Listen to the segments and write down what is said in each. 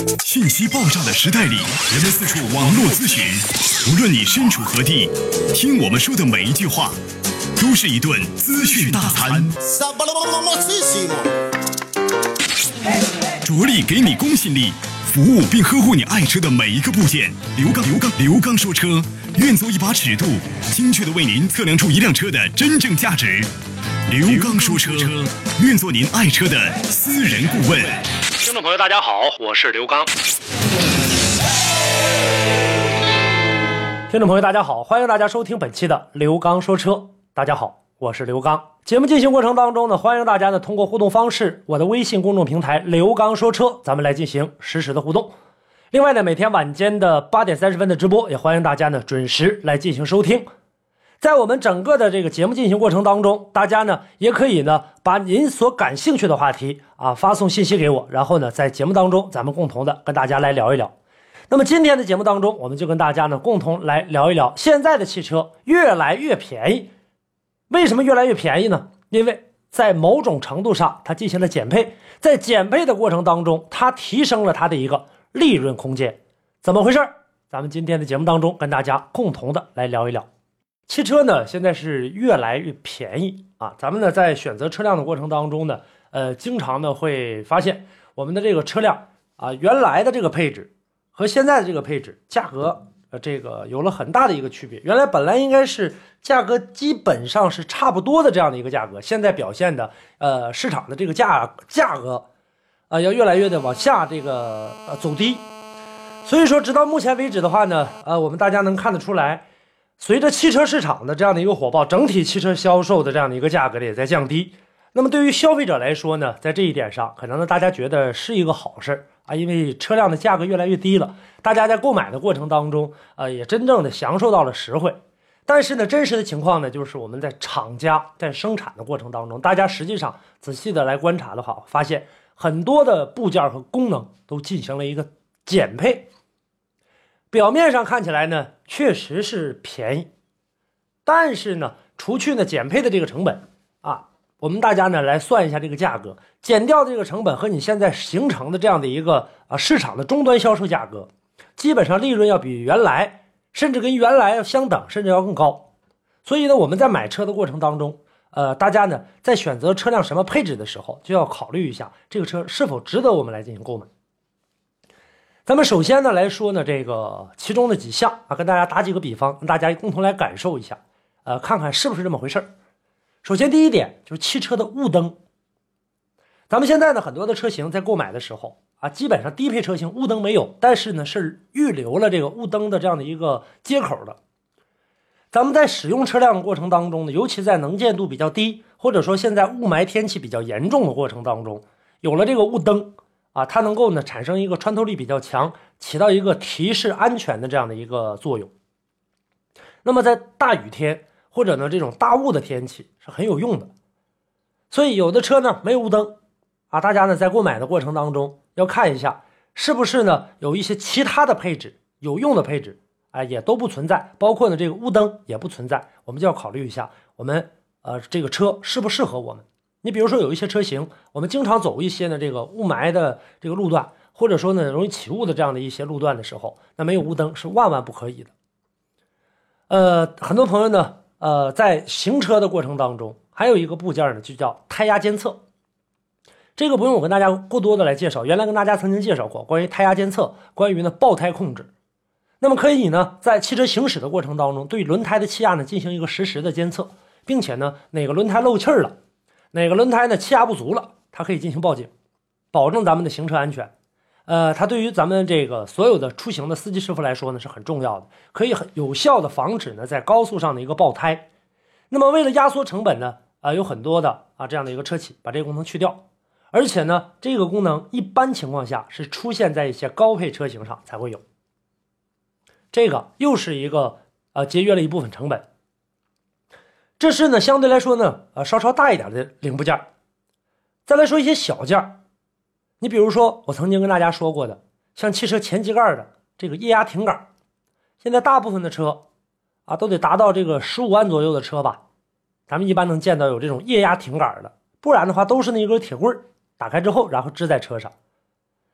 信息爆炸的时代里，人们四处网络咨询，无论你身处何地，听我们说的每一句话，都是一顿资讯大餐。着力给你公信力，服务并呵护你爱车的每一个部件。刘刚说车，愿做一把尺度，精确的为您测量出一辆车的真正价值。刘刚说车，愿做您爱车的私人顾问。 听众朋友大家好，我是刘刚。 听众朋友大家好，欢迎大家收听本期的刘刚说车。大家好，我是刘刚。节目进行过程当中呢，欢迎大家呢通过互动方式，我的微信公众平台刘刚说车，咱们来进行实时的互动。另外呢，每天晚间的8点30分的直播，也欢迎大家呢准时来进行收听。在我们整个的这个节目进行过程当中，大家呢也可以呢把您所感兴趣的话题发送信息给我，然后呢在节目当中咱们共同的跟大家来聊一聊。那么今天的节目当中，我们就跟大家呢共同来聊一聊现在的汽车越来越便宜。为什么越来越便宜呢？因为在某种程度上它进行了减配，在减配的过程当中，它提升了它的一个利润空间。怎么回事？咱们今天的节目当中跟大家共同的来聊一聊。汽车呢现在是越来越便宜咱们呢在选择车辆的过程当中呢经常呢会发现我们的这个车辆原来的这个配置和现在的这个配置价格这个有了很大的一个区别。原来本来应该是价格基本上是差不多的这样的一个价格，现在表现的市场的这个价格要越来越的往下这个走低。所以说直到目前为止的话呢我们大家能看得出来，随着汽车市场的这样的一个火爆，整体汽车销售的这样的一个价格也在降低。那么对于消费者来说呢，在这一点上可能呢大家觉得是一个好事因为车辆的价格越来越低了，大家在购买的过程当中也真正的享受到了实惠。但是呢真实的情况呢，就是我们在厂家在生产的过程当中，大家实际上仔细的来观察的话，发现很多的部件和功能都进行了一个减配。表面上看起来呢确实是便宜，但是呢除去呢减配的这个成本我们大家呢来算一下这个价格，减掉这个成本和你现在形成的这样的一个市场的终端销售价格，基本上利润要比原来甚至跟原来要相等，甚至要更高。所以呢我们在买车的过程当中大家呢在选择车辆什么配置的时候，就要考虑一下这个车是否值得我们来进行购买。咱们首先呢来说呢这个其中的几项跟大家打几个比方，跟大家共同来感受一下看看是不是这么回事。首先第一点就是汽车的雾灯。咱们现在呢很多的车型在购买的时候基本上低配车型雾灯没有，但是呢是预留了这个雾灯的这样的一个接口的。咱们在使用车辆的过程当中呢，尤其在能见度比较低，或者说现在雾霾天气比较严重的过程当中，有了这个雾灯它能够呢产生一个穿透力比较强，起到一个提示安全的这样的一个作用。那么在大雨天或者呢这种大雾的天气是很有用的。所以有的车呢没有雾灯大家呢在购买的过程当中要看一下是不是呢有一些其他的配置有用的配置也都不存在，包括呢这个雾灯也不存在，我们就要考虑一下我们这个车适不适合我们。你比如说有一些车型我们经常走一些呢这个雾霾的这个路段，或者说呢容易起雾的这样的一些路段的时候，那没有雾灯是万万不可以的。很多朋友呢在行车的过程当中还有一个部件呢就叫胎压监测。这个不用我跟大家过多的来介绍，原来跟大家曾经介绍过关于胎压监测，关于呢爆胎控制。那么可以呢在汽车行驶的过程当中对轮胎的气压呢进行一个实时的监测，并且呢哪个轮胎漏气了，哪个轮胎呢气压不足了，它可以进行报警，保证咱们的行车安全。它对于咱们这个所有的出行的司机师傅来说呢是很重要的，可以很有效的防止呢在高速上的一个爆胎。那么为了压缩成本呢有很多的这样的一个车企把这个功能去掉，而且呢这个功能一般情况下是出现在一些高配车型上才会有。这个又是一个节约了一部分成本。这是呢相对来说呢稍稍大一点的零部件。再来说一些小件，你比如说我曾经跟大家说过的像汽车前机盖的这个液压挺杆，现在大部分的车都得达到这个15万左右的车吧，咱们一般能见到有这种液压挺杆的，不然的话都是那一根铁棍打开之后然后支在车上。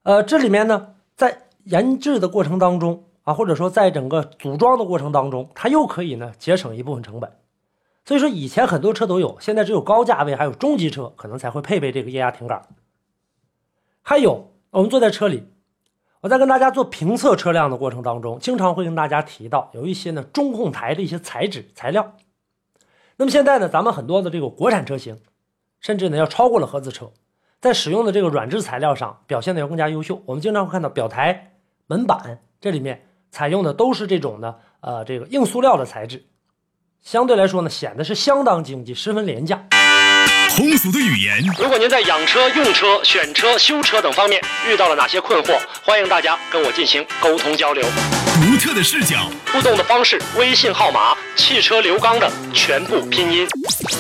这里面呢，在研制的过程当中啊，或者说在整个组装的过程当中，它又可以呢节省一部分成本。所以说以前很多车都有，现在只有高价位还有中级车可能才会配备这个液压挺杆。还有我们坐在车里，我在跟大家做评测车辆的过程当中，经常会跟大家提到有一些呢中控台的一些材质材料。那么现在呢，咱们很多的这个国产车型，甚至呢要超过了合资车，在使用的这个软质材料上表现的要更加优秀。我们经常会看到表台、门板这里面采用的都是这种呢这个硬塑料的材质，相对来说呢显得是相当经济，十分廉价。 通俗的语言， 如果您在养车、用车、选车、修车等方面遇到了哪些困惑，欢迎大家跟我进行沟通交流。 独特的视角， 互动的方式：微信号码汽车刘刚的全部拼音。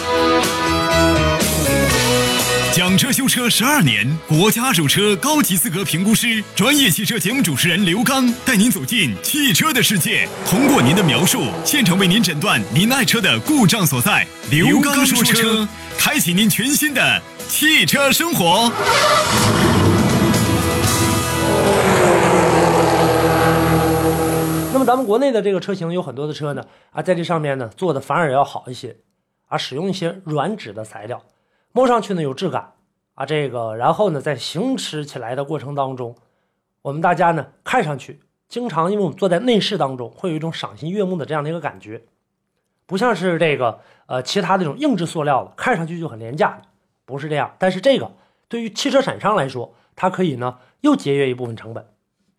讲车修车12年，国家二手车高级资格评估师，专业汽车节目主持人刘刚带您走进汽车的世界，通过您的描述，现场为您诊断您爱车的故障所在。刘刚说车，开启您全新的汽车生活。 那么咱们国内的这个车型有很多的车呢在这上面呢做的反而要好一些使用一些软质的材料，摸上去呢有质感然后呢在行驶起来的过程当中，我们大家呢看上去经常因为我们坐在内饰当中会有一种赏心悦目的这样的一个感觉，不像是这个其他这种硬质塑料的看上去就很廉价的，不是这样。但是这个对于汽车厂商来说，它可以呢又节约一部分成本。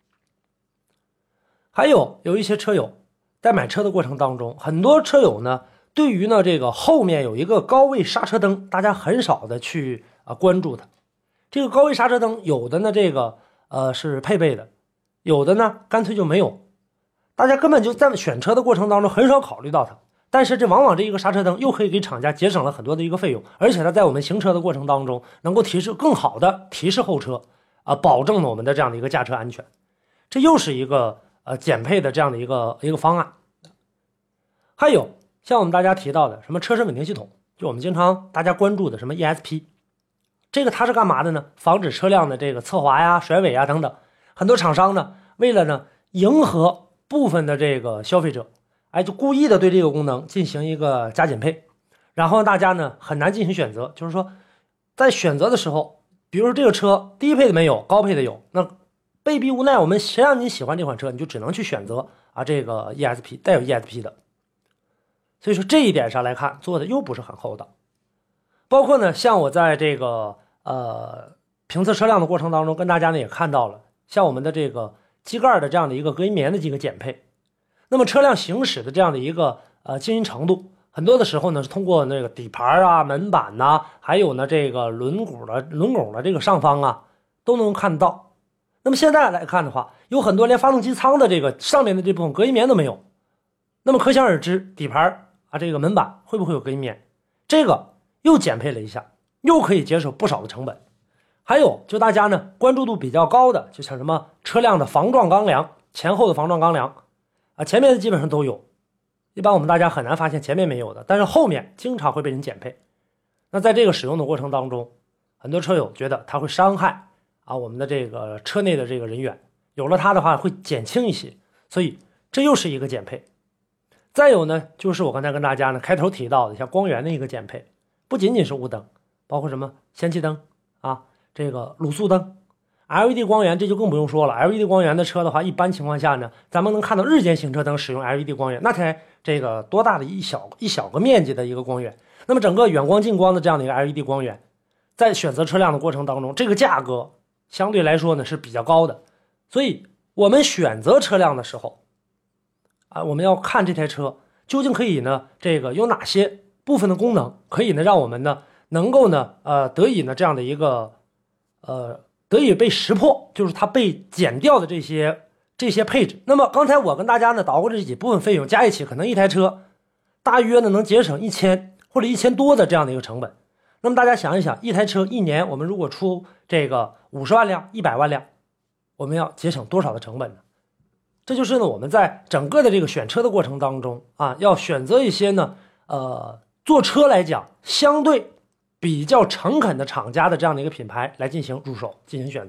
还有一些车友在买车的过程当中，很多车友呢对于呢这个后面有一个高位刹车灯，大家很少的去关注它。这个高位刹车灯有的呢这个是配备的，有的呢干脆就没有，大家根本就在选车的过程当中很少考虑到它。但是这往往这一个刹车灯又可以给厂家节省了很多的一个费用，而且它在我们行车的过程当中能够更好的提示后车保证了我们的这样的一个驾车安全。这又是一个减配的这样的一个方案。还有像我们大家提到的什么车身稳定系统，就我们经常大家关注的什么 ESP， 这个它是干嘛的呢？防止车辆的这个侧滑呀、甩尾啊等等。很多厂商呢为了呢迎合部分的这个消费者，就故意的对这个功能进行一个加减配，然后大家呢很难进行选择。就是说在选择的时候，比如说这个车低配的没有，高配的有，那被逼无奈，我们谁让你喜欢这款车，你就只能去选择这个 ESP 带有 ESP 的。所以说这一点上来看，做的又不是很厚道。包括呢像我在这个评测车辆的过程当中，跟大家呢也看到了像我们的这个机盖的这样的一个隔音棉的几个减配。那么车辆行驶的这样的一个静音程度，很多的时候呢是通过那个底盘门板还有呢这个轮拱的这个上方都能看到。那么现在来看的话，有很多连发动机舱的这个上面的这部分隔音棉都没有。那么可想而知，底盘这个门板会不会有隔音棉？这个又减配了一下，又可以节省不少的成本。还有就大家呢关注度比较高的，就像什么车辆的防撞钢梁，前后的防撞钢梁前面的基本上都有，一般我们大家很难发现前面没有的，但是后面经常会被人减配。那在这个使用的过程当中，很多车友觉得它会伤害我们的这个车内的这个人员，有了它的话会减轻一些，所以这又是一个减配。再有呢就是我刚才跟大家呢开头提到的像光源的一个减配，不仅仅是雾灯，包括什么氙气灯这个卤素灯、LED 光源，这就更不用说了。LED 光源的车的话，一般情况下呢，咱们能看到日间行车灯使用 LED 光源，那才这个多大的一小个面积的一个光源。那么整个远光近光的这样的一个 LED 光源，在选择车辆的过程当中，这个价格相对来说呢是比较高的。所以我们选择车辆的时候我们要看这台车究竟可以呢这个有哪些部分的功能可以呢让我们呢能够呢得以呢这样的一个得以被识破，就是它被减掉的这些配置。那么刚才我跟大家呢捣鼓这几部分费用加一起，可能一台车大约呢能节省1000或者1000多的这样的一个成本。那么大家想一想，一台车一年我们如果出这个50万辆、100万辆，我们要节省多少的成本呢？这就是呢我们在整个的这个选车的过程当中要选择一些呢做车来讲相对比较诚恳的厂家的这样的一个品牌来进行入手进行选择。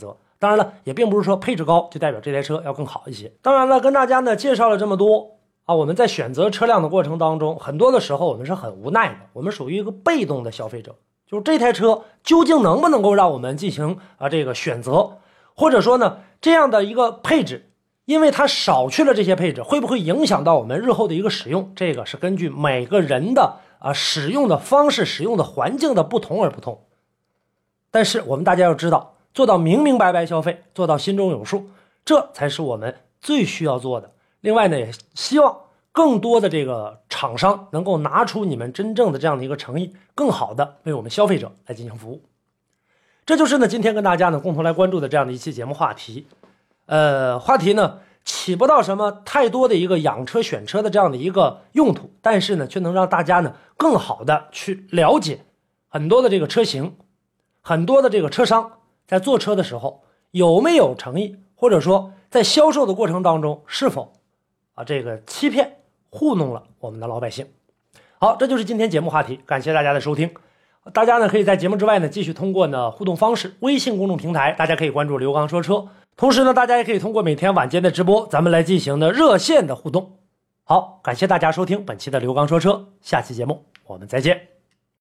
当然了，也并不是说配置高就代表这台车要更好一些。当然了，跟大家呢介绍了这么多啊，我们在选择车辆的过程当中，很多的时候我们是很无奈的，我们属于一个被动的消费者，就是这台车究竟能不能够让我们进行这个选择，或者说呢这样的一个配置，因为它少去了这些配置，会不会影响到我们日后的一个使用？这个是根据每个人的使用的方式、使用的环境的不同而不同。但是我们大家要知道，做到明明白白消费，做到心中有数，这才是我们最需要做的。另外呢，也希望更多的这个厂商能够拿出你们真正的这样的一个诚意，更好的为我们消费者来进行服务。这就是呢今天跟大家呢共同来关注的这样的一期节目话题。话题呢起不到什么太多的一个养车选车的这样的一个用途，但是呢却能让大家呢更好的去了解很多的这个车型，很多的这个车商在做车的时候有没有诚意，或者说在销售的过程当中是否这个欺骗糊弄了我们的老百姓。好，这就是今天节目话题，感谢大家的收听。大家呢可以在节目之外呢继续通过呢互动方式，微信公众平台大家可以关注刘刚说车，同时呢大家也可以通过每天晚间的直播咱们来进行的热线的互动。好，感谢大家收听本期的刘刚说车，下期节目我们再见。